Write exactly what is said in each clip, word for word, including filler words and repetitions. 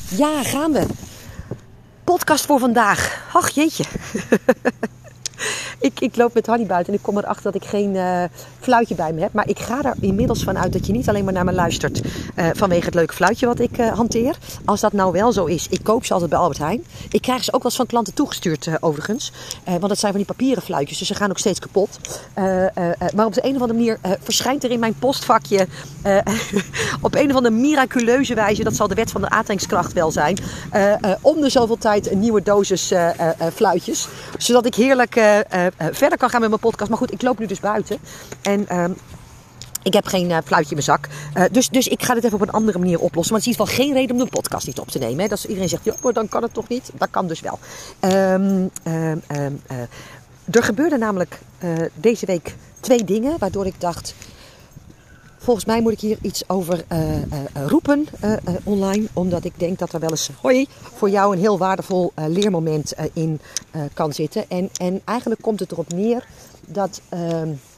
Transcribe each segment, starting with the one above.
Ja, gaan we. Podcast voor vandaag. Ach, jeetje. ik, ik loop met Hanny buiten en ik kom erachter dat ik geen uh, fluitje bij me heb. Maar ik ga er inmiddels van uit dat je niet alleen maar naar me luistert uh, vanwege het leuke fluitje wat ik uh, hanteer. Als dat nou wel zo is, ik koop ze altijd bij Albert Heijn. Ik krijg ze ook wel eens van klanten toegestuurd uh, overigens. Uh, want dat zijn van die papieren fluitjes, dus ze gaan ook steeds kapot. Uh, uh, uh, maar op de een of andere manier uh, verschijnt er in mijn postvakje uh, op een of andere miraculeuze wijze, dat zal de wet van de aantrekkingskracht wel zijn, uh, uh, om de zoveel tijd een nieuwe dosis uh, uh, uh, fluitjes. Zodat ik heerlijk uh, uh, uh, verder kan gaan met mijn podcast. Maar goed, ik loop nu dus buiten. En uh, ik heb geen uh, fluitje in mijn zak. Uh, dus, dus ik ga dit even op een andere manier oplossen. Maar het is in ieder geval geen reden om de podcast niet op te nemen. Hè. Dat is, iedereen zegt, ja, maar dan kan het toch niet? Dat kan dus wel. Um, um, um, uh, er gebeurde namelijk uh, deze week twee dingen waardoor ik dacht, volgens mij moet ik hier iets over uh, uh, roepen uh, uh, online. Omdat ik denk dat er wel eens, hoi, voor jou een heel waardevol uh, leermoment uh, in uh, kan zitten. En, en eigenlijk komt het erop neer dat uh,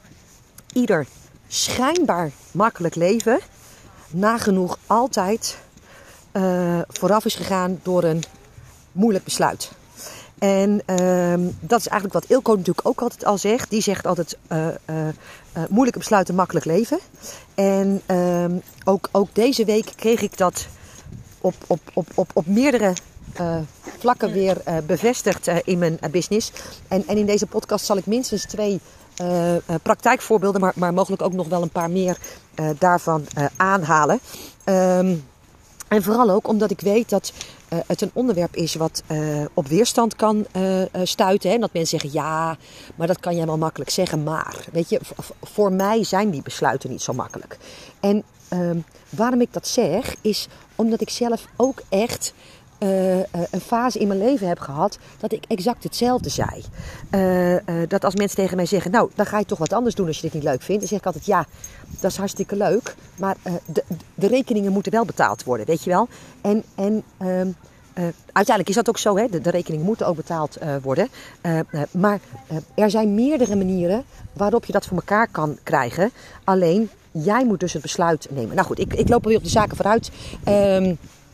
ieder schijnbaar makkelijk leven nagenoeg altijd uh, vooraf is gegaan door een moeilijk besluit. En uh, dat is eigenlijk wat Ilko natuurlijk ook altijd al zegt. Die zegt altijd uh, uh, uh, moeilijke besluiten, makkelijk leven. En uh, ook, ook deze week kreeg ik dat op, op, op, op, op meerdere uh, vlakken weer uh, bevestigd uh, in mijn uh, business. En, en in deze podcast zal ik minstens twee uh, uh, praktijkvoorbeelden, maar, maar mogelijk ook nog wel een paar meer uh, daarvan uh, aanhalen. Um, En vooral ook omdat ik weet dat uh, het een onderwerp is wat uh, op weerstand kan uh, stuiten. Hè? En dat mensen zeggen, ja, maar dat kan jij wel makkelijk zeggen. Maar, weet je, v- voor mij zijn die besluiten niet zo makkelijk. En uh, waarom ik dat zeg, is omdat ik zelf ook echt Uh, uh, een fase in mijn leven heb gehad dat ik exact hetzelfde zei. Uh, uh, dat als mensen tegen mij zeggen, nou, dan ga je toch wat anders doen als je dit niet leuk vindt. Dan zeg ik altijd, ja, dat is hartstikke leuk. Maar uh, de, de rekeningen moeten wel betaald worden, weet je wel. En, en uh, uh, uiteindelijk is dat ook zo, hè. De, de rekeningen moeten ook betaald uh, worden. Uh, uh, maar uh, er zijn meerdere manieren waarop je dat voor elkaar kan krijgen. Alleen, jij moet dus het besluit nemen. Nou goed, ik, ik loop alweer op de zaken vooruit. Uh,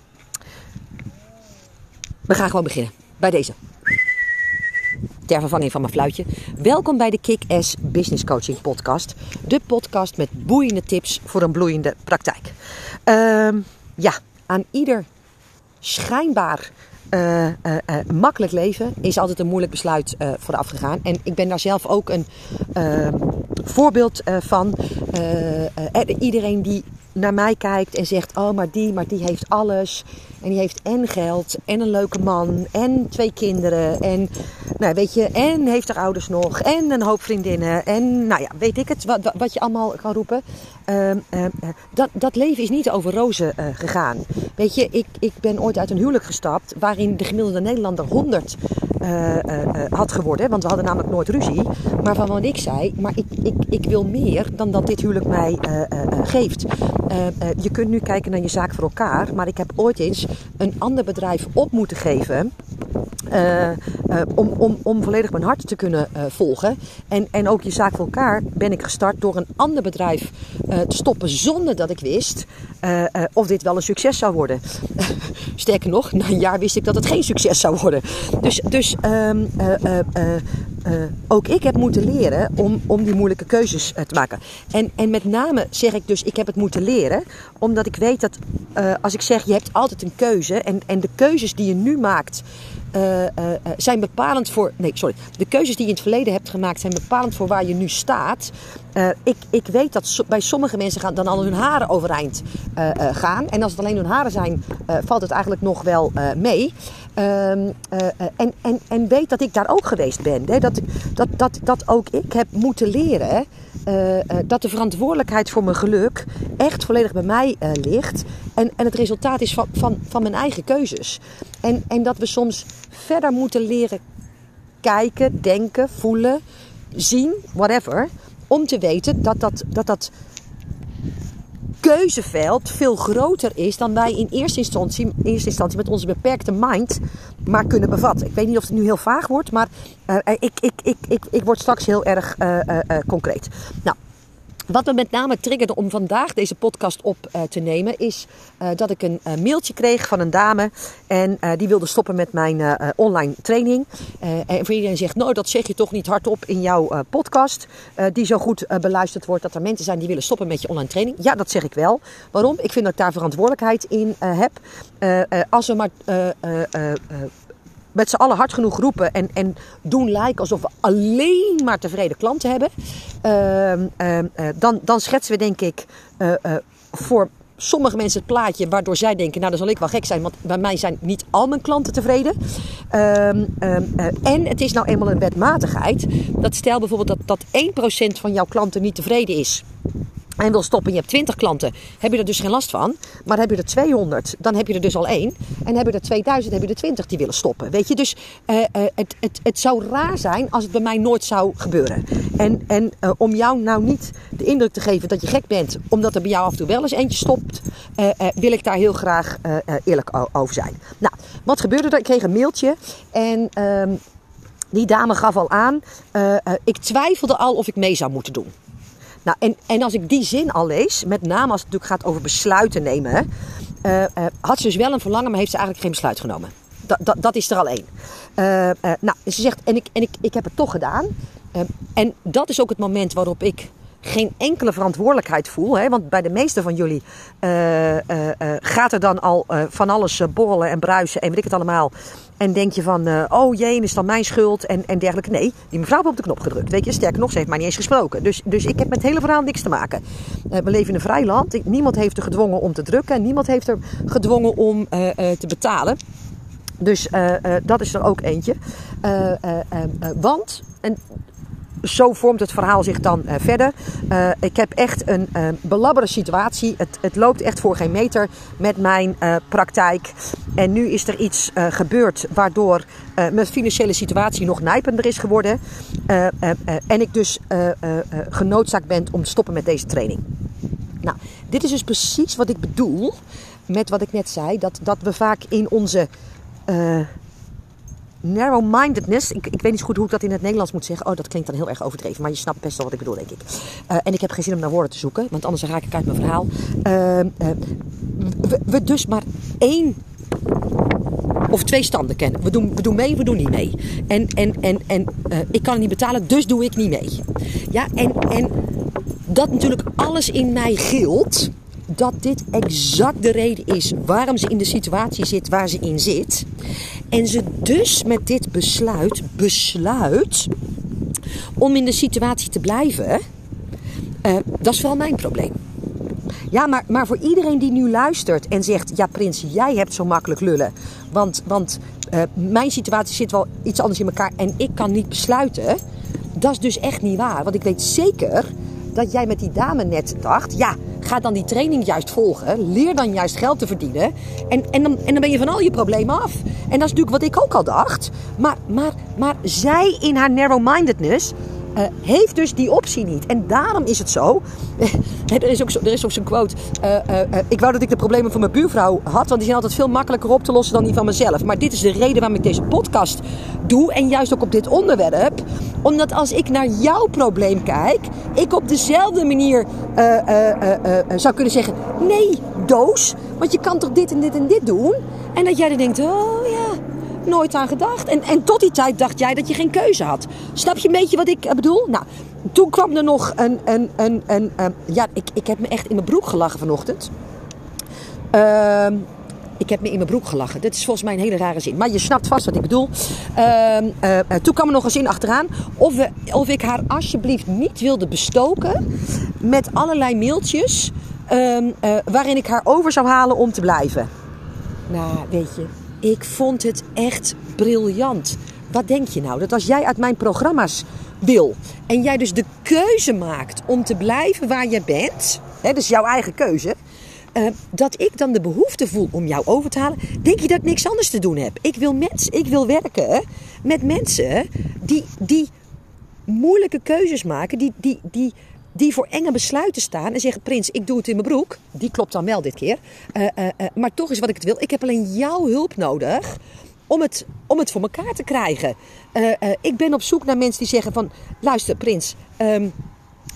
We gaan gewoon beginnen. Bij deze. Ter vervanging van mijn fluitje. Welkom bij de Kick-Ass Business Coaching Podcast. De podcast met boeiende tips voor een bloeiende praktijk. Uh, ja, aan ieder schijnbaar uh, uh, uh, makkelijk leven is altijd een moeilijk besluit uh, vooraf gegaan. En ik ben daar zelf ook een uh, voorbeeld uh, van. Uh, uh, iedereen die naar mij kijkt en zegt, oh, maar die, maar die heeft alles. En die heeft en geld, en een leuke man, en twee kinderen. En, nou, weet je, en heeft haar ouders nog, en een hoop vriendinnen. En, nou ja, weet ik het, wat, wat je allemaal kan roepen. Uh, uh, dat, dat leven is niet over rozen uh, gegaan. Weet je, ik, ik ben ooit uit een huwelijk gestapt waarin de gemiddelde Nederlander honderd uh, uh, uh, had geworden. Want we hadden namelijk nooit ruzie. Maar van wat ik zei, maar ik, ik, ik wil meer dan dat dit huwelijk mij uh, uh, uh, geeft. Uh, uh, je kunt nu kijken naar je zaak voor elkaar. Maar ik heb ooit eens een ander bedrijf op moeten geven. Uh, uh, om, om, om volledig mijn hart te kunnen uh, volgen. En, en ook je zaak voor elkaar ben ik gestart door een ander bedrijf uh, te stoppen zonder dat ik wist uh, uh, of dit wel een succes zou worden. Sterker nog, na een jaar wist ik dat het geen succes zou worden. Dus, dus um, uh, uh, uh, uh, ook ik heb moeten leren om, om die moeilijke keuzes uh, te maken. En, en met name zeg ik dus, ik heb het moeten leren, omdat ik weet dat uh, als ik zeg, je hebt altijd een keuze. En, en de keuzes die je nu maakt, Uh, uh, uh, zijn bepalend voor. Nee, sorry. De keuzes die je in het verleden hebt gemaakt zijn bepalend voor waar je nu staat. Uh, ik, ik weet dat so, bij sommige mensen gaan dan al hun haren overeind uh, uh, gaan. En als het alleen hun haren zijn, uh, valt het eigenlijk nog wel uh, mee. Uh, uh, uh, en, en, en weet dat ik daar ook geweest ben. Hè? Dat, dat, dat, dat ook ik heb moeten leren. Uh, uh, dat de verantwoordelijkheid voor mijn geluk echt volledig bij mij uh, ligt. En, en het resultaat is van, van, van mijn eigen keuzes. En, en dat we soms verder moeten leren kijken, denken, voelen, zien, whatever. Om te weten dat dat, dat, dat keuzeveld veel groter is dan wij in eerste instantie, eerste instantie met onze beperkte mind maar kunnen bevatten. Ik weet niet of het nu heel vaag wordt, maar uh, ik, ik, ik, ik, ik word straks heel erg uh, uh, uh, concreet. Nou, Wat me met name triggerde om vandaag deze podcast op uh, te nemen is uh, dat ik een uh, mailtje kreeg van een dame en uh, die wilde stoppen met mijn uh, online training. Uh, en voor iedereen zegt, nou dat zeg je toch niet hardop in jouw uh, podcast uh, die zo goed uh, beluisterd wordt, dat er mensen zijn die willen stoppen met je online training. Ja, dat zeg ik wel. Waarom? Ik vind dat ik daar verantwoordelijkheid in uh, heb. Uh, uh, als we maar... Uh, uh, uh, uh, met z'n allen hard genoeg roepen en, en doen lijken alsof we alleen maar tevreden klanten hebben. Uh, uh, uh, dan, dan schetsen we denk ik uh, uh, voor sommige mensen het plaatje waardoor zij denken, nou dan zal ik wel gek zijn, want bij mij zijn niet al mijn klanten tevreden. Uh, uh, uh, en het is nou eenmaal een wetmatigheid. Dat stel bijvoorbeeld dat, dat één procent van jouw klanten niet tevreden is en wil stoppen, je hebt twintig klanten, heb je er dus geen last van. Maar heb je er tweehonderd, dan heb je er dus al één. En heb je er tweeduizend, heb je er twintig die willen stoppen. Weet je, dus uh, uh, het, het, het zou raar zijn als het bij mij nooit zou gebeuren. En, en uh, om jou nou niet de indruk te geven dat je gek bent, omdat er bij jou af en toe wel eens eentje stopt, uh, uh, wil ik daar heel graag uh, uh, eerlijk over zijn. Nou, wat gebeurde er? Ik kreeg een mailtje en uh, die dame gaf al aan, uh, uh, ik twijfelde al of ik mee zou moeten doen. Nou, en, en als ik die zin al lees, met name als het natuurlijk gaat over besluiten nemen, uh, uh, had ze dus wel een verlangen, maar heeft ze eigenlijk geen besluit genomen. Dat, dat, dat is er al één. Uh, uh, nou, ze zegt, en, ik, en ik, ik heb het toch gedaan. Uh, en dat is ook het moment waarop ik geen enkele verantwoordelijkheid voel. Hè? Want bij de meeste van jullie uh, uh, uh, gaat er dan al uh, van alles uh, borrelen en bruisen en weet ik het allemaal. En denk je van, uh, oh jee, is dan mijn schuld en, en dergelijke. Nee, die mevrouw heeft op de knop gedrukt. Weet je, sterker nog, ze heeft mij niet eens gesproken. Dus, dus ik heb met het hele verhaal niks te maken. Uh, we leven in een vrij land. Ik, niemand heeft er gedwongen om te drukken. En niemand heeft er gedwongen om uh, uh, te betalen. Dus uh, uh, dat is er ook eentje. Uh, uh, uh, uh, want... En, zo vormt het verhaal zich dan uh, verder. Uh, ik heb echt een uh, belabberde situatie. Het, het loopt echt voor geen meter met mijn uh, praktijk. En nu is er iets uh, gebeurd waardoor uh, mijn financiële situatie nog nijpender is geworden. Uh, uh, uh, en ik dus uh, uh, uh, genoodzaakt ben om te stoppen met deze training. Nou, dit is dus precies wat ik bedoel met wat ik net zei. Dat, dat we vaak in onze... Uh, narrow-mindedness, ik, ik weet niet zo goed hoe ik dat in het Nederlands moet zeggen. Oh, dat klinkt dan heel erg overdreven, maar je snapt best wel wat ik bedoel, denk ik. Uh, en ik heb geen zin om naar woorden te zoeken, want anders raak ik uit mijn verhaal. Uh, uh, we, we dus maar één of twee standen kennen. We doen, we doen mee, we doen niet mee. En, en, en, en uh, ik kan het niet betalen, dus doe ik niet mee. Ja, en, en dat natuurlijk alles in mij gilt, dat dit exact de reden is waarom ze in de situatie zit waar ze in zit. En ze dus met dit besluit, besluit om in de situatie te blijven, uh, dat is vooral mijn probleem. Ja, maar, maar voor iedereen die nu luistert en zegt, ja Prins, jij hebt zo makkelijk lullen. Want, want uh, mijn situatie zit wel iets anders in elkaar en ik kan niet besluiten. Dat is dus echt niet waar. Want ik weet zeker dat jij met die dame net dacht, ja, ga dan die training juist volgen. Leer dan juist geld te verdienen. En, en, dan, en dan ben je van al je problemen af. En dat is natuurlijk wat ik ook al dacht. Maar, maar, maar zij in haar narrow-mindedness uh, heeft dus die optie niet. En daarom is het zo. er, is ook zo er is ook zo'n quote. Uh, uh, uh, ik wou dat ik de problemen van mijn buurvrouw had. Want die zijn altijd veel makkelijker op te lossen dan die van mezelf. Maar dit is de reden waarom ik deze podcast doe. En juist ook op dit onderwerp. Omdat als ik naar jouw probleem kijk, ik op dezelfde manier uh, uh, uh, uh, zou kunnen zeggen, nee, doos, want je kan toch dit en dit en dit doen? En dat jij dan denkt, oh ja, nooit aan gedacht. En, en tot die tijd dacht jij dat je geen keuze had. Snap je een beetje wat ik bedoel? Nou, toen kwam er nog een, een, een, een, een ja, ik, ik heb me echt in mijn broek gelachen vanochtend. Ehm... Uh, Ik heb me in mijn broek gelachen. Dit is volgens mij een hele rare zin. Maar je snapt vast wat ik bedoel. Uh, uh, toen kwam er nog een zin achteraan. Of, we, of ik haar alsjeblieft niet wilde bestoken met allerlei mailtjes uh, uh, waarin ik haar over zou halen om te blijven. Nou, weet je. Ik vond het echt briljant. Wat denk je nou? Dat als jij uit mijn programma's wil en jij dus de keuze maakt om te blijven waar je bent. Hè, dus jouw eigen keuze. Uh, dat ik dan de behoefte voel om jou over te halen. Denk je dat ik niks anders te doen heb? Ik wil, mens, ik wil werken met mensen die, die moeilijke keuzes maken. Die, die, die, die voor enge besluiten staan. En zeggen, Prins, ik doe het in mijn broek. Die klopt dan wel dit keer. Uh, uh, uh, maar toch is wat ik het wil. Ik heb alleen jouw hulp nodig om het, om het voor elkaar te krijgen. Uh, uh, ik ben op zoek naar mensen die zeggen van, luister Prins, Um,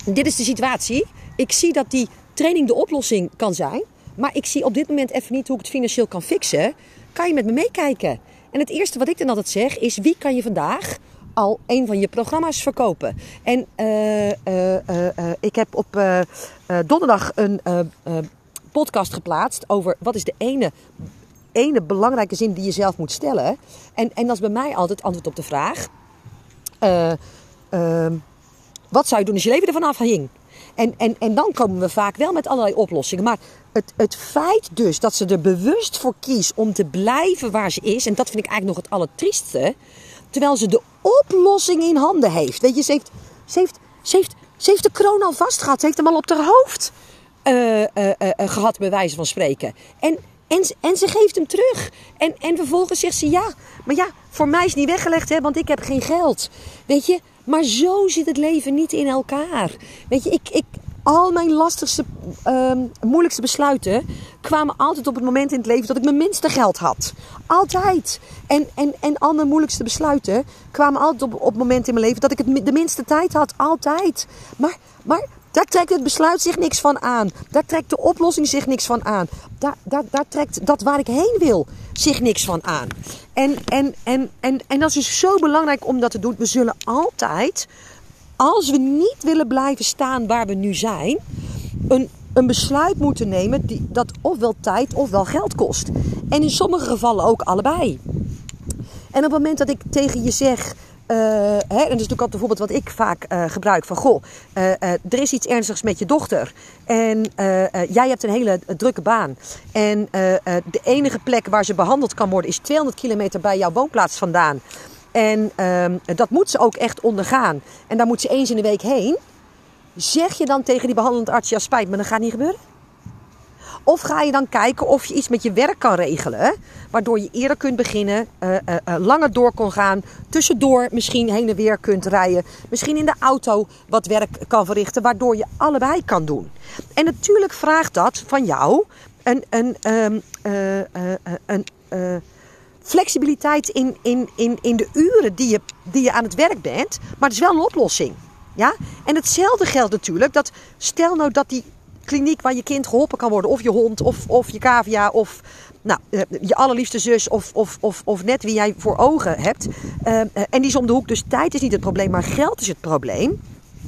dit is de situatie. Ik zie dat die training de oplossing kan zijn. Maar ik zie op dit moment even niet hoe ik het financieel kan fixen. Kan je met me meekijken? En het eerste wat ik dan altijd zeg is, wie kan je vandaag al een van je programma's verkopen? En uh, uh, uh, uh, ik heb op uh, uh, donderdag een uh, uh, podcast geplaatst over wat is de ene, ene belangrijke zin die je zelf moet stellen. En, en dat is bij mij altijd antwoord op de vraag. Uh, uh, wat zou je doen als je leven ervan afhing? En, en, en dan komen we vaak wel met allerlei oplossingen. Maar het, het feit dus dat ze er bewust voor kiest om te blijven waar ze is. En dat vind ik eigenlijk nog het allertrieste. Terwijl ze de oplossing in handen heeft. Weet je, ze heeft, ze heeft, ze heeft, ze heeft de kroon al vast gehad. Ze heeft hem al op haar hoofd uh, uh, uh, gehad, bij wijze van spreken. En, en, en ze geeft hem terug. En, en vervolgens zegt ze ja. Maar ja, voor mij is het niet weggelegd, hè, want ik heb geen geld. Weet je. Maar zo zit het leven niet in elkaar. Weet je, ik, ik, al mijn lastigste, uh, moeilijkste besluiten kwamen altijd op het moment in het leven dat ik mijn minste geld had. Altijd. En, en, en al mijn moeilijkste besluiten kwamen altijd op, op het moment in mijn leven dat ik het, de minste tijd had. Altijd. Maar, maar daar trekt het besluit zich niks van aan. Daar trekt de oplossing zich niks van aan. Daar, daar, daar trekt dat waar ik heen wil zich niks van aan. En, en, en, en, en dat is dus zo belangrijk om dat te doen. We zullen altijd, als we niet willen blijven staan waar we nu zijn, een, een besluit moeten nemen die, dat ofwel tijd ofwel geld kost. En in sommige gevallen ook allebei. En op het moment dat ik tegen je zeg, Uh, hè, en dat is natuurlijk ook bijvoorbeeld wat ik vaak uh, gebruik van goh, uh, uh, er is iets ernstigs met je dochter en uh, uh, jij hebt een hele uh, drukke baan en uh, uh, de enige plek waar ze behandeld kan worden is tweehonderd kilometer bij jouw woonplaats vandaan en uh, dat moet ze ook echt ondergaan en daar moet ze eens in de week heen. Zeg je dan tegen die behandelend arts, ja spijt me, dat gaat niet gebeuren? Of ga je dan kijken of je iets met je werk kan regelen, waardoor je eerder kunt beginnen, uh, uh, uh, langer door kon gaan, tussendoor misschien heen en weer kunt rijden, misschien in de auto wat werk kan verrichten, waardoor je allebei kan doen. En natuurlijk vraagt dat van jou een, een, um, uh, uh, een uh, flexibiliteit in, in, in, in de uren die je, die je aan het werk bent, maar het is wel een oplossing. Ja? En hetzelfde geldt natuurlijk, dat stel nou dat die kliniek waar je kind geholpen kan worden, of je hond, of, of je cavia, of nou, je allerliefste zus, of, of, of, of net wie jij voor ogen hebt. Uh, en die is om de hoek, dus tijd is niet het probleem, maar geld is het probleem.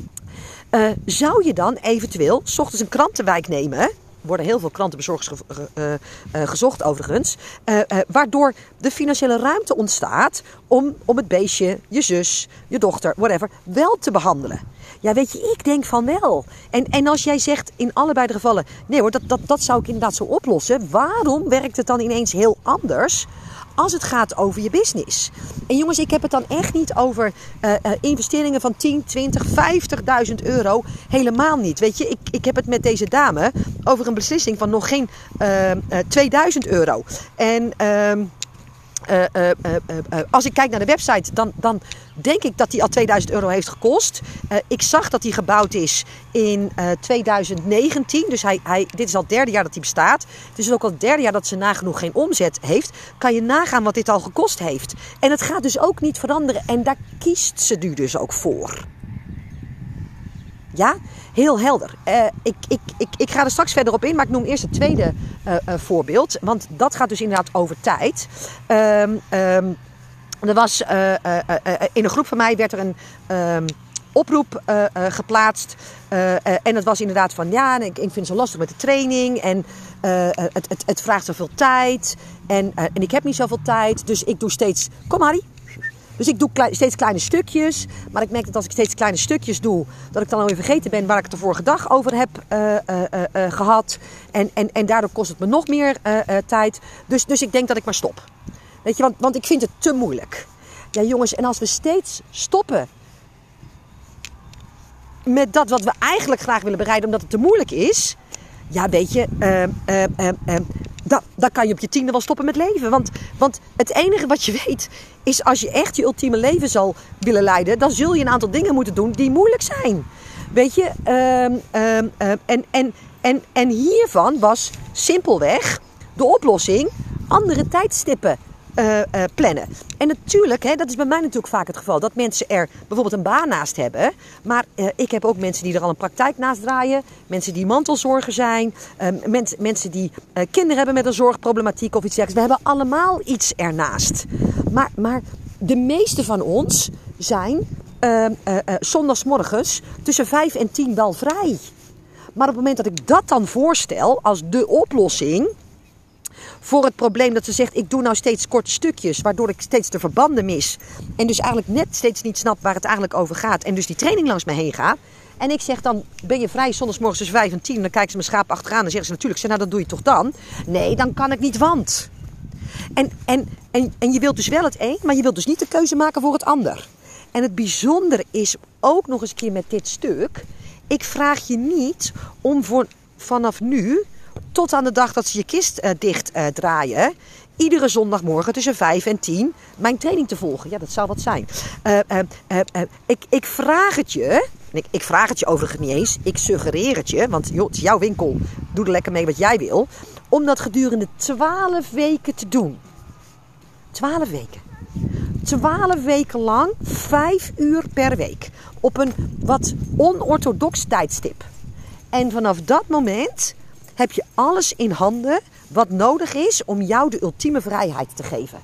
Uh, zou je dan eventueel 's ochtends een krantenwijk nemen? Er worden heel veel krantenbezorgers ge, uh, uh, gezocht overigens. Uh, uh, waardoor de financiële ruimte ontstaat om, om het beestje, je zus, je dochter, whatever, wel te behandelen. Ja, weet je, ik denk van wel. En, en als jij zegt in allebei de gevallen, nee hoor, dat, dat, dat zou ik inderdaad zo oplossen. Waarom werkt het dan ineens heel anders als het gaat over je business? En jongens, ik heb het dan echt niet over uh, uh, investeringen van tien, twintig, vijftigduizend euro. Helemaal niet. Weet je, ik, ik heb het met deze dame over een beslissing van nog geen uh, uh, tweeduizend euro. En Uh, Uh, uh, uh, uh, als ik kijk naar de website, dan, dan denk ik dat die al tweeduizend euro heeft gekost. Uh, ik zag dat die gebouwd is in uh, tweeduizend negentien. Dus hij, hij, dit is al het derde jaar dat hij bestaat. Het is ook al het derde jaar dat ze nagenoeg geen omzet heeft. Kan je nagaan wat dit al gekost heeft. En het gaat dus ook niet veranderen. En daar kiest ze nu dus ook voor. Ja, heel helder. Uh, ik, ik, ik, ik ga er straks verder op in, maar ik noem eerst het tweede uh, uh, voorbeeld. Want dat gaat dus inderdaad over tijd. Um, um, er was uh, uh, uh, in een groep van mij werd er een um, oproep uh, uh, geplaatst. Uh, uh, en dat was inderdaad van ja, ik, ik vind het zo lastig met de training. En uh, het, het, het vraagt zoveel tijd. En, uh, en ik heb niet zoveel tijd. Dus ik doe steeds, kom Harry. Dus ik doe klei, steeds kleine stukjes. Maar ik merk dat als ik steeds kleine stukjes doe, dat ik dan alweer vergeten ben waar ik het de vorige dag over heb uh, uh, uh, uh, gehad. En, en, en daardoor kost het me nog meer uh, uh, tijd. Dus, dus ik denk dat ik maar stop. Weet je, want, want ik vind het te moeilijk. Ja jongens, en als we steeds stoppen met dat wat we eigenlijk graag willen bereiken omdat het te moeilijk is. Ja, weet je, uh, uh, uh, uh, dan, dan kan je op je tiende wel stoppen met leven. Want, want het enige wat je weet is als je echt je ultieme leven zal willen leiden, dan zul je een aantal dingen moeten doen die moeilijk zijn. Weet je, uh, uh, uh, en, en, en, en hiervan was simpelweg de oplossing andere tijdstippen uh, uh, plannen. En natuurlijk, hè, dat is bij mij natuurlijk vaak het geval, dat mensen er bijvoorbeeld een baan naast hebben. Maar uh, ik heb ook mensen die er al een praktijk naast draaien. Mensen die mantelzorger zijn. Uh, mens, mensen die uh, kinderen hebben met een zorgproblematiek of iets dergelijks. We hebben allemaal iets ernaast. Maar, maar de meeste van ons zijn uh, uh, uh, zondagsmorgens tussen vijf en tien wel vrij. Maar op het moment dat ik dat dan voorstel als de oplossing voor het probleem dat ze zegt, ik doe nou steeds korte stukjes, waardoor ik steeds de verbanden mis. En dus eigenlijk net steeds niet snap waar het eigenlijk over gaat. En dus die training langs me heen gaat. En ik zeg dan, ben je vrij zondagsmorgens tussen vijf en tien? Dan kijken ze mijn schaap achteraan en zeggen ze natuurlijk, zeg, nou dat doe je toch dan? Nee, dan kan ik niet, want. En, en, en, en je wilt dus wel het een, maar je wilt dus niet de keuze maken voor het ander. En het bijzondere is ook nog eens een keer met dit stuk, ik vraag je niet om voor, vanaf nu tot aan de dag dat ze je kist uh, dicht uh, draaien, iedere zondagmorgen tussen vijf en tien mijn training te volgen. Ja, dat zou wat zijn. Uh, uh, uh, uh, ik, ik vraag het je, ik, ik vraag het je overigens niet eens, ik suggereer het je, want joh, het is jouw winkel, doe er lekker mee wat jij wil, om dat gedurende twaalf weken te doen. twaalf weken. twaalf weken lang, vijf uur per week. Op een wat onorthodox tijdstip. En vanaf dat moment heb je alles in handen wat nodig is om jou de ultieme vrijheid te geven.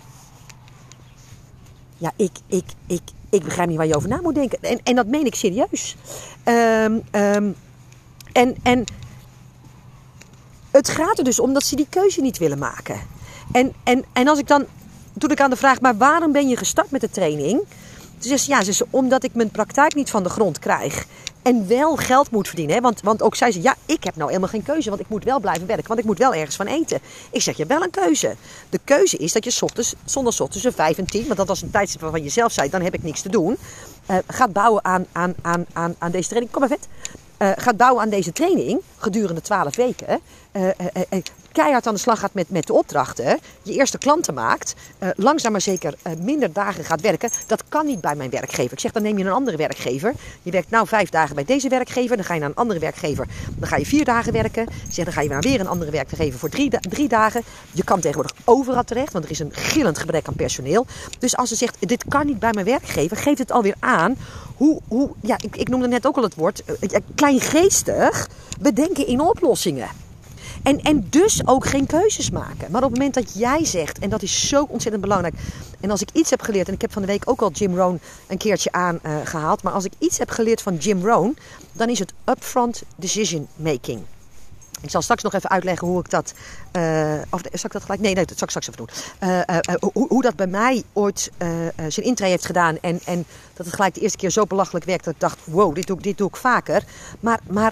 Ja, ik, ik, ik, ik begrijp niet waar je over na moet denken. En, en dat meen ik serieus. Um, um, en, en het gaat er dus om dat ze die keuze niet willen maken. En, en, en als ik dan, toen ik aan de vraag, maar waarom ben je gestart met de training? Toen zei ze, ja, ze zei, omdat ik mijn praktijk niet van de grond krijg. En wel geld moet verdienen. Hè? Want, want ook zij zei, ja, ik heb nou helemaal geen keuze. Want ik moet wel blijven werken. Want ik moet wel ergens van eten. Ik zeg, je hebt wel een keuze. De keuze is dat je 's ochtends, zondagochtends tussen vijf en tien. Want dat was een tijdstip waarvan je zelf zei, dan heb ik niks te doen. Uh, gaat bouwen aan, aan, aan, aan, aan deze training. Kom maar vet. Uh, gaat bouwen aan deze training gedurende twaalf weken. Uh, uh, uh, keihard aan de slag gaat met, met de opdrachten. Je eerste klanten maakt. Uh, langzaam maar zeker uh, minder dagen gaat werken. Dat kan niet bij mijn werkgever. Ik zeg, dan neem je een andere werkgever. Je werkt nou vijf dagen bij deze werkgever. Dan ga je naar een andere werkgever. Dan ga je vier dagen werken. Ik zeg, dan ga je naar weer een andere werkgever voor drie, drie dagen. Je kan tegenwoordig overal terecht. Want er is een gillend gebrek aan personeel. Dus als ze zegt, dit kan niet bij mijn werkgever. Geeft het alweer aan hoe, hoe ja, ik, ik noemde net ook al het woord, uh, kleingeestig bedenken in oplossingen. En, en dus ook geen keuzes maken. Maar op het moment dat jij zegt, en dat is zo ontzettend belangrijk. En als ik iets heb geleerd, en ik heb van de week ook al Jim Rohn een keertje aangehaald. Uh, maar als ik iets heb geleerd van Jim Rohn, dan is het upfront decision making. Ik zal straks nog even uitleggen hoe ik dat, uh, of zal ik dat gelijk? Nee, nee, dat zal ik straks even doen. Uh, uh, uh, hoe, hoe dat bij mij ooit uh, uh, zijn intree heeft gedaan. En, en dat het gelijk de eerste keer zo belachelijk werkt dat ik dacht, wow, dit doe, dit doe ik vaker. Maar, maar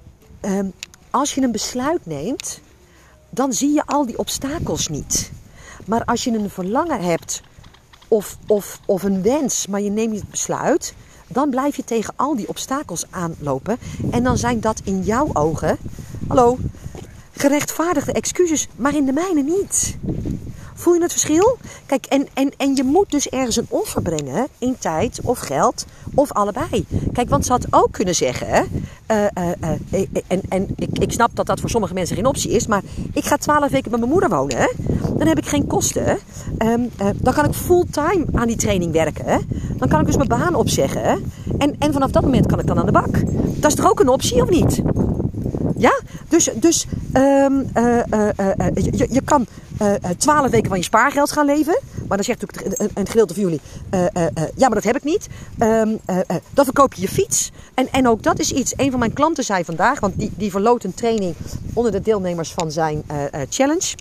uh, als je een besluit neemt, dan zie je al die obstakels niet. Maar als je een verlangen hebt of, of, of een wens, maar je neemt niet het besluit, dan blijf je tegen al die obstakels aanlopen. En dan zijn dat in jouw ogen, hallo, gerechtvaardigde excuses, maar in de mijne niet. Voel je het verschil? Kijk, en, en, en je moet dus ergens een offer brengen in tijd of geld of allebei. Kijk, want ze had ook kunnen zeggen, uh, uh, uh, en, en ik, ik snap dat dat voor sommige mensen geen optie is, maar ik ga twaalf weken bij mijn moeder wonen. Hè? Dan heb ik geen kosten. Um, uh, dan kan ik fulltime aan die training werken. Hè? Dan kan ik dus mijn baan opzeggen. Hè? En, en vanaf dat moment kan ik dan aan de bak. Dat is toch ook een optie, of niet? Ja, dus, dus um, uh, uh, uh, je, je kan twaalf uh, weken van je spaargeld gaan leven. Maar dan zegt natuurlijk een, een gedeelte van jullie, uh, uh, uh, ja, maar dat heb ik niet. Um, uh, uh, dan verkoop je je fiets. En, en ook dat is iets, een van mijn klanten zei vandaag, want die, die verloot een training onder de deelnemers van zijn uh, uh, challenge.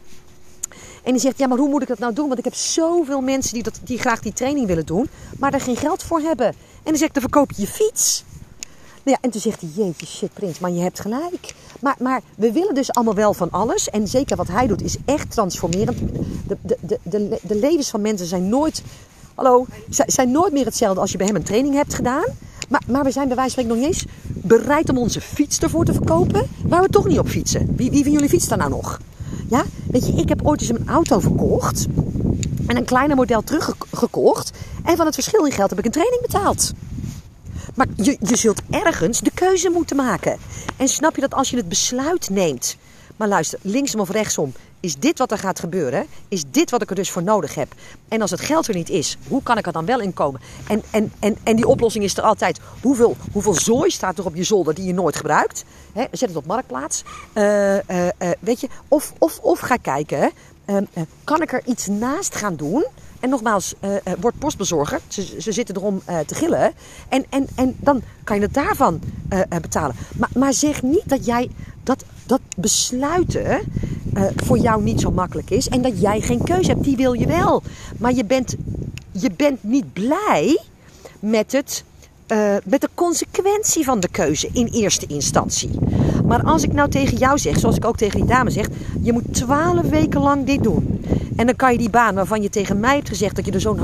En die zegt, ja, maar hoe moet ik dat nou doen? Want ik heb zoveel mensen die, dat, die graag die training willen doen, maar daar geen geld voor hebben. En dan zegt, dan verkoop je je fiets. Nou ja, en toen zegt hij, jeetje, shit Prins, maar je hebt gelijk. Maar, maar we willen dus allemaal wel van alles. En zeker wat hij doet is echt transformerend. De, de, de, de, de levens van mensen zijn nooit, hallo, zijn nooit meer hetzelfde als je bij hem een training hebt gedaan. Maar, maar we zijn bij wijze van spreken nog niet eens bereid om onze fiets ervoor te verkopen, waar we toch niet op fietsen. Wie, wie van jullie fietst daar nou nog? Ja, weet je, ik heb ooit eens een auto verkocht en een kleiner model teruggekocht. En van het verschil in geld heb ik een training betaald. Maar je, je zult ergens de keuze moeten maken. En snap je dat als je het besluit neemt, maar luister, linksom of rechtsom, is dit wat er gaat gebeuren? Is dit wat ik er dus voor nodig heb? En als het geld er niet is, hoe kan ik er dan wel in komen? En, en, en, en die oplossing is er altijd. Hoeveel, hoeveel zooi staat er op je zolder die je nooit gebruikt? Hè, zet het op Marktplaats. Uh, uh, uh, weet je? Of, of, of ga kijken, hè? Uh, uh, kan ik er iets naast gaan doen? En nogmaals, uh, uh, word postbezorger. Ze, ze zitten erom uh, te gillen. En, en, en dan kan je het daarvan uh, uh, betalen. Maar, maar zeg niet dat jij dat, dat besluiten uh, voor jou niet zo makkelijk is. En dat jij geen keuze hebt. Die wil je wel. Maar je bent, je bent niet blij met, het, uh, met de consequentie van de keuze in eerste instantie. Maar als ik nou tegen jou zeg, zoals ik ook tegen die dame zeg. Je moet twaalf weken lang dit doen. En dan kan je die baan waarvan je tegen mij hebt gezegd dat je er zo'n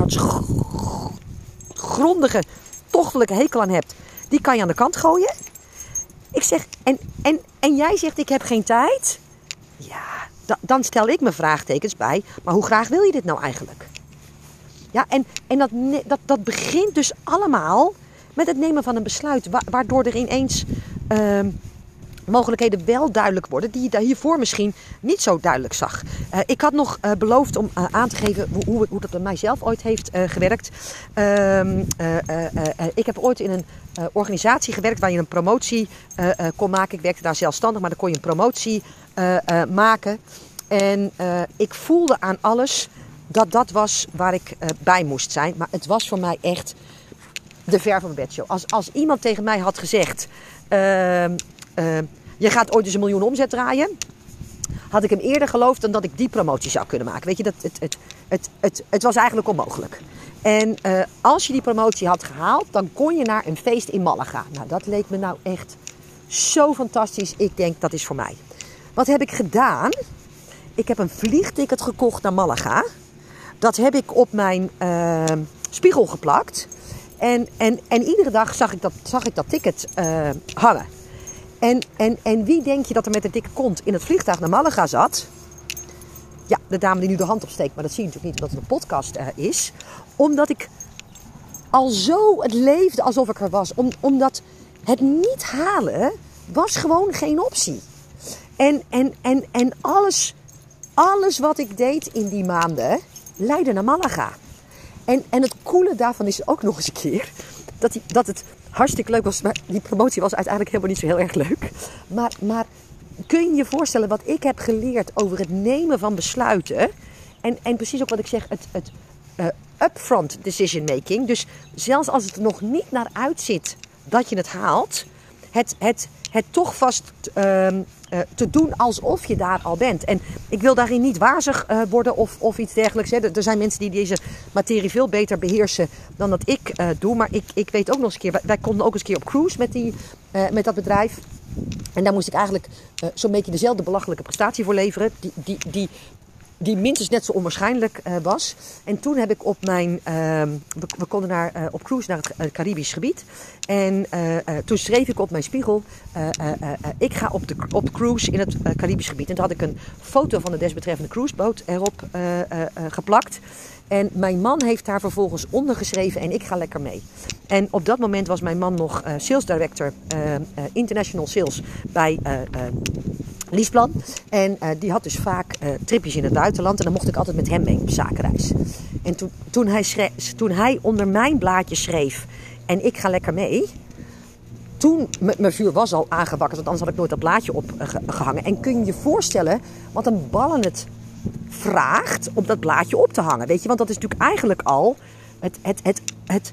hartgrondige, tochtelijke hekel aan hebt. Die kan je aan de kant gooien. Ik zeg, en, en, en jij zegt ik heb geen tijd. Ja, da, dan stel ik me vraagtekens bij. Maar hoe graag wil je dit nou eigenlijk? Ja, en, en dat, dat, dat begint dus allemaal met het nemen van een besluit. Wa, waardoor er ineens Uh, mogelijkheden wel duidelijk worden die je daar hiervoor misschien niet zo duidelijk zag. Uh, ik had nog uh, beloofd om uh, aan te geven hoe, hoe, hoe dat bij mijzelf ooit heeft uh, gewerkt. Uh, uh, uh, uh, uh, ik heb ooit in een uh, organisatie gewerkt waar je een promotie uh, uh, kon maken. Ik werkte daar zelfstandig, maar dan kon je een promotie uh, uh, maken. En uh, ik voelde aan alles dat dat was waar ik uh, bij moest zijn. Maar het was voor mij echt de ver van mijn bedshow. Als, als iemand tegen mij had gezegd Uh, Uh, je gaat ooit eens een miljoen omzet draaien. Had ik hem eerder geloofd dan dat ik die promotie zou kunnen maken. Weet je, dat, het, het, het, het, het was eigenlijk onmogelijk. En uh, als je die promotie had gehaald, dan kon je naar een feest in Malaga. Nou, dat leek me nou echt zo fantastisch. Ik denk, dat is voor mij. Wat heb ik gedaan? Ik heb een vliegticket gekocht naar Malaga. Dat heb ik op mijn uh, spiegel geplakt. En, en, en iedere dag zag ik dat, zag ik dat ticket uh, hangen. En, en, en wie denk je dat er met een dikke kont in het vliegtuig naar Malaga zat? Ja, de dame die nu de hand opsteekt, maar dat zie je natuurlijk niet omdat het een podcast uh, is. Omdat ik al zo het leefde alsof ik er was. Om, omdat het niet halen was gewoon geen optie. En, en, en, en alles, alles wat ik deed in die maanden leidde naar Malaga. En, en het coole daarvan is ook nog eens een keer dat, die, dat het hartstikke leuk was. Maar die promotie was uiteindelijk helemaal niet zo heel erg leuk. Maar, maar kun je je voorstellen wat ik heb geleerd over het nemen van besluiten. En, en precies ook wat ik zeg, het, het uh, upfront decision making. Dus zelfs als het er nog niet naar uitziet dat je het haalt. Het, het, het toch vast uh, uh, te doen alsof je daar al bent. En ik wil daarin niet wazig uh, worden of, of iets dergelijks. Hè. Er zijn mensen die deze materie veel beter beheersen dan dat ik uh, doe. Maar ik, ik weet ook nog eens een keer, wij, wij konden ook eens een keer op cruise met, die, uh, met dat bedrijf. En daar moest ik eigenlijk uh, zo'n beetje dezelfde belachelijke prestatie voor leveren. Die, die, die, die minstens net zo onwaarschijnlijk uh, was. En toen heb ik op mijn... Uh, we, we konden naar, uh, op cruise naar het uh, Caribisch gebied. En uh, uh, toen schreef ik op mijn spiegel. Uh, uh, uh, uh, ik ga op de op cruise in het uh, Caribisch gebied. En toen had ik een foto van de desbetreffende cruiseboot erop uh, uh, uh, geplakt. En mijn man heeft daar vervolgens onder geschreven en ik ga lekker mee. En op dat moment was mijn man nog uh, sales director, uh, uh, international sales bij uh, uh, Leaseplan. En uh, die had dus vaak uh, tripjes in het buitenland en dan mocht ik altijd met hem mee op zakenreis. En toen, toen, hij schreef, toen hij onder mijn blaadje schreef en ik ga lekker mee, toen, mijn vuur was al aangewakkerd, want anders had ik nooit dat blaadje opgehangen. En kun je je voorstellen wat een ballen het vraagt om dat blaadje op te hangen. Weet je, want dat is natuurlijk eigenlijk al het, het, het, het,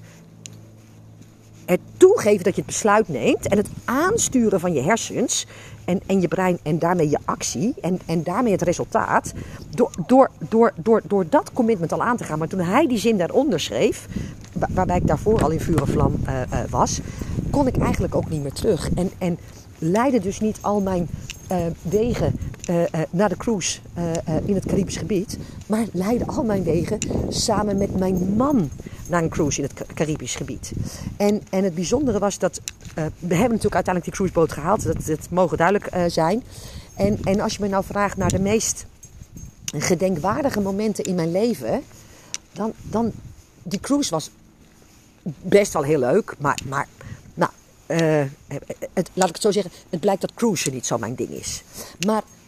het toegeven dat je het besluit neemt en het aansturen van je hersens en, en je brein en daarmee je actie en, en daarmee het resultaat door, door, door, door, door dat commitment al aan te gaan. Maar toen hij die zin daaronder schreef, waar, waarbij ik daarvoor al in vuur en vlam uh, uh, was, kon ik eigenlijk ook niet meer terug. En, en leidde dus niet al mijn uh, wegen uh, uh, naar de cruise uh, uh, in het Caribisch gebied, maar leidde al mijn wegen samen met mijn man naar een cruise in het Caribisch gebied. En, en het bijzondere was dat uh, we hebben natuurlijk uiteindelijk die cruiseboot gehaald. Dat, dat mogen duidelijk uh, zijn. En, en als je me nou vraagt naar de meest gedenkwaardige momenten in mijn leven, dan, dan die cruise was best wel heel leuk, maar, maar nou, uh, het, laat ik het zo zeggen, het blijkt dat cruisen niet zo mijn ding is. Maar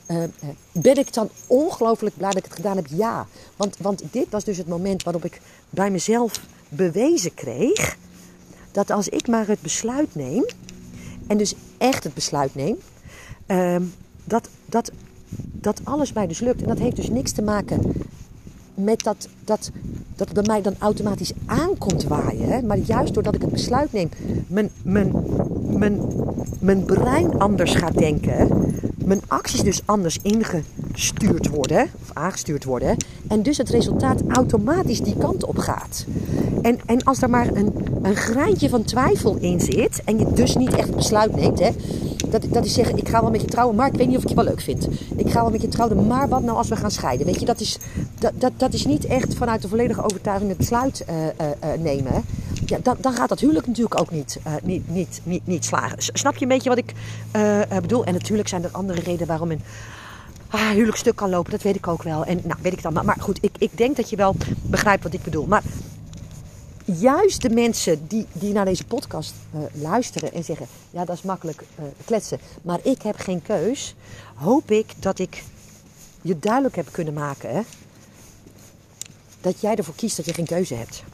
Uh, uh, ben ik dan ongelooflijk blij dat ik het gedaan heb? Ja. Want, want dit was dus het moment waarop ik bij mezelf bewezen kreeg dat als ik maar het besluit neem, en dus echt het besluit neem, uh, dat, dat, dat alles mij dus lukt. En dat heeft dus niks te maken met dat, dat, dat het bij mij dan automatisch aankomt waaien. Hè? Maar juist doordat ik het besluit neem, mijn, mijn, mijn, mijn brein anders gaat denken, mijn acties dus anders ingestuurd worden, of aangestuurd worden, en dus het resultaat automatisch die kant op gaat. En, en als er maar een, een graantje van twijfel in zit, en je dus niet echt het besluit neemt, hè, dat, dat is zeggen, ik ga wel met je trouwen, maar ik weet niet of ik je wel leuk vind. Ik ga wel met je trouwen, maar wat nou als we gaan scheiden? Weet je, dat is, dat, dat, dat is niet echt vanuit de volledige overtuiging het besluit uh, uh, uh, nemen. Hè. Ja, dan, dan gaat dat huwelijk natuurlijk ook niet, uh, niet, niet, niet, niet slagen. Snap je een beetje wat ik uh, uh, bedoel? En natuurlijk zijn er andere redenen waarom een ah, huwelijk stuk kan lopen. Dat weet ik ook wel. En nou, weet ik dan. Maar, maar goed, ik, ik denk dat je wel begrijpt wat ik bedoel. Maar juist de mensen die, die naar deze podcast uh, luisteren en zeggen, ja, dat is makkelijk uh, kletsen, maar ik heb geen keus, hoop ik dat ik je duidelijk heb kunnen maken, hè, dat jij ervoor kiest dat je geen keuze hebt.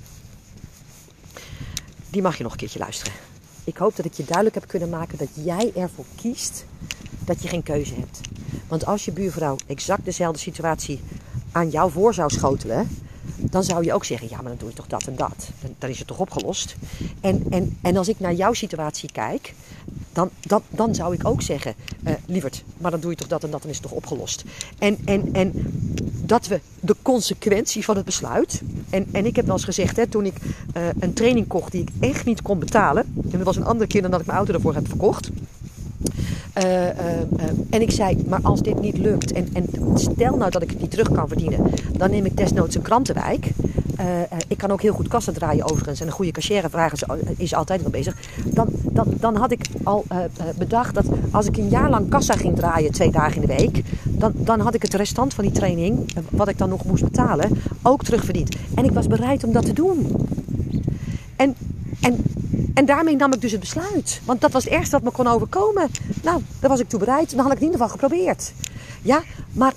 Die mag je nog een keertje luisteren. Ik hoop dat ik je duidelijk heb kunnen maken dat jij ervoor kiest dat je geen keuze hebt. Want als je buurvrouw exact dezelfde situatie aan jou voor zou schotelen, dan zou je ook zeggen, ja, maar dan doe je toch dat en dat. Dan, dan is het toch opgelost. En, en, en als ik naar jouw situatie kijk, dan, dan, dan zou ik ook zeggen, uh, lieverd, maar dan doe je toch dat en dat, dan is het toch opgelost. En, en, en dat we de consequentie van het besluit, en, en ik heb wel eens gezegd, hè, toen ik uh, een training kocht die ik echt niet kon betalen, en dat was een andere keer dan dat ik mijn auto ervoor heb verkocht. Uh, uh, uh, en ik zei, maar als dit niet lukt, en, en stel nou dat ik het niet terug kan verdienen, dan neem ik desnoods een krantenwijk. Uh, uh, ik kan ook heel goed kassa draaien overigens, en een goede cashier vragen is altijd wel bezig. Dan, dan, dan had ik al uh, uh, bedacht dat als ik een jaar lang kassa ging draaien, twee dagen in de week, dan, dan had ik het restant van die training, uh, wat ik dan nog moest betalen, ook terugverdiend. En ik was bereid om dat te doen. En, en, en daarmee nam ik dus het besluit. Want dat was het ergste wat me kon overkomen. Nou, daar was ik toe bereid. Dan had ik het in ieder geval geprobeerd. Ja, maar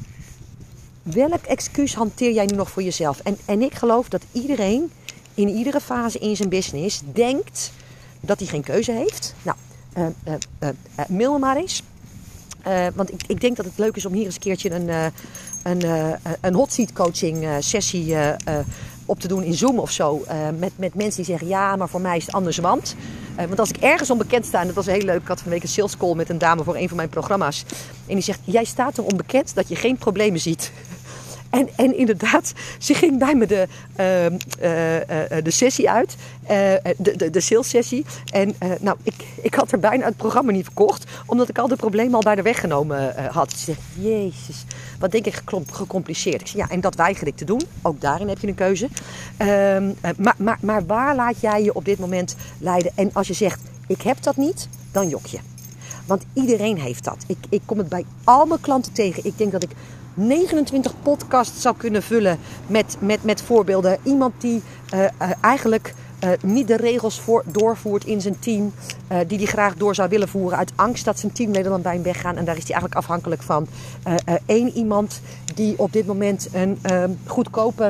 welk excuus hanteer jij nu nog voor jezelf? En, en ik geloof dat iedereen in iedere fase in zijn business denkt dat hij geen keuze heeft. Nou, uh, uh, uh, uh, mail me maar eens. Uh, want ik, ik denk dat het leuk is om hier eens een keertje een, uh, een, uh, een hot seat coaching uh, sessie uh, uh, op te doen in Zoom of zo. Uh, met, met mensen die zeggen, ja, maar voor mij is het anders. Want, uh, want als ik ergens onbekend sta, en dat was heel leuk. Ik had van een week een sales call met een dame voor een van mijn programma's. En die zegt, jij staat er onbekend dat je geen problemen ziet. En, en inderdaad, ze ging bij me de, uh, uh, uh, de sessie uit, uh, de, de, de sales sessie. En uh, nou, ik, ik had er bijna het programma niet verkocht, omdat ik al de problemen al bij de weggenomen uh, had. Ze zegt, jezus, wat denk ik gecompliceerd. Ik zeg, ja, en dat weiger ik te doen. Ook daarin heb je een keuze. Uh, uh, maar, maar, maar waar laat jij je op dit moment leiden? En als je zegt, ik heb dat niet, dan jok je. Want iedereen heeft dat. Ik, ik kom het bij al mijn klanten tegen. Ik denk dat ik negenentwintig podcasts zou kunnen vullen met, met, met voorbeelden. Iemand die uh, uh, eigenlijk uh, niet de regels voor, doorvoert in zijn team. Uh, die die graag door zou willen voeren uit angst dat zijn teamleden dan bij hem weggaan. En daar is hij eigenlijk afhankelijk van. Uh, uh, één iemand die op dit moment een uh, goedkope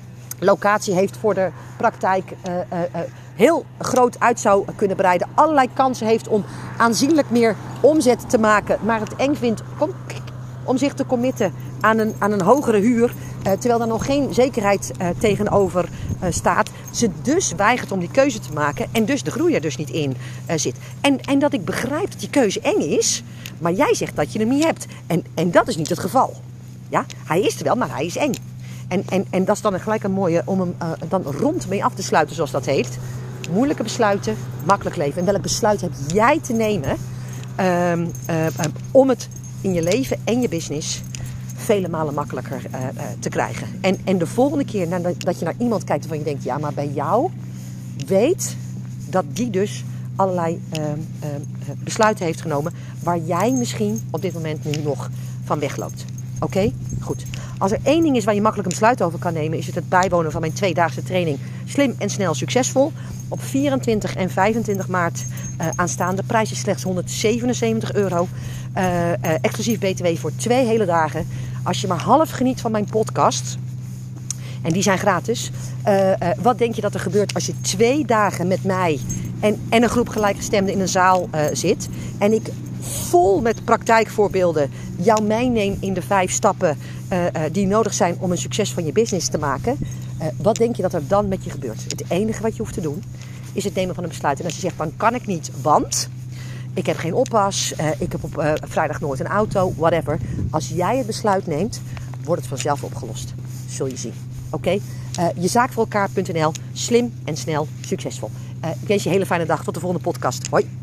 locatie heeft voor de praktijk. Uh, uh, uh, heel groot uit zou kunnen breiden. Allerlei kansen heeft om aanzienlijk meer omzet te maken. Maar het eng vindt kom, om zich te committen aan een, aan een hogere huur. Uh, terwijl er nog geen zekerheid uh, tegenover uh, staat. Ze dus weigert om die keuze te maken. En dus de groei er dus niet in uh, zit. En, en dat ik begrijp dat die keuze eng is. Maar jij zegt dat je hem niet hebt. En, en dat is niet het geval. Ja? Hij is er wel, maar hij is eng. En, en, en dat is dan gelijk een mooie om hem uh, dan rond mee af te sluiten, zoals dat heet. Moeilijke besluiten, makkelijk leven. En welk besluit heb jij te nemen uh, uh, uh, om het in je leven en je business vele malen makkelijker uh, uh, te krijgen. En, en de volgende keer nadat dat je naar iemand kijkt waarvan je denkt, ja, maar bij jou, weet dat die dus allerlei uh, uh, besluiten heeft genomen waar jij misschien op dit moment nu nog van wegloopt. Oké? Okay? Goed. Als er één ding is waar je makkelijk een besluit over kan nemen, is het het bijwonen van mijn tweedaagse training Slim en Snel Succesvol. Op vierentwintig en vijfentwintig maart uh, aanstaande. De prijs is slechts honderdzevenenzeventig euro. Uh, uh, exclusief B T W voor twee hele dagen. Als je maar half geniet van mijn podcast, en die zijn gratis. Uh, uh, wat denk je dat er gebeurt als je twee dagen met mij en, en een groep gelijkgestemden in een zaal uh, zit. En ik vol met praktijkvoorbeelden jou meeneem in de vijf stappen uh, uh, die nodig zijn om een succes van je business te maken. Uh, wat denk je dat er dan met je gebeurt? Het enige wat je hoeft te doen is het nemen van een besluit. En als je zegt, dan kan ik niet, want ik heb geen oppas, uh, ik heb op uh, vrijdag nooit een auto, whatever. Als jij het besluit neemt, wordt het vanzelf opgelost. Zul je zien. Oké? Okay? Uh, jezaakvoorelkaar punt n l. Slim en snel succesvol. Uh, ik wens je een hele fijne dag. Tot de volgende podcast. Hoi!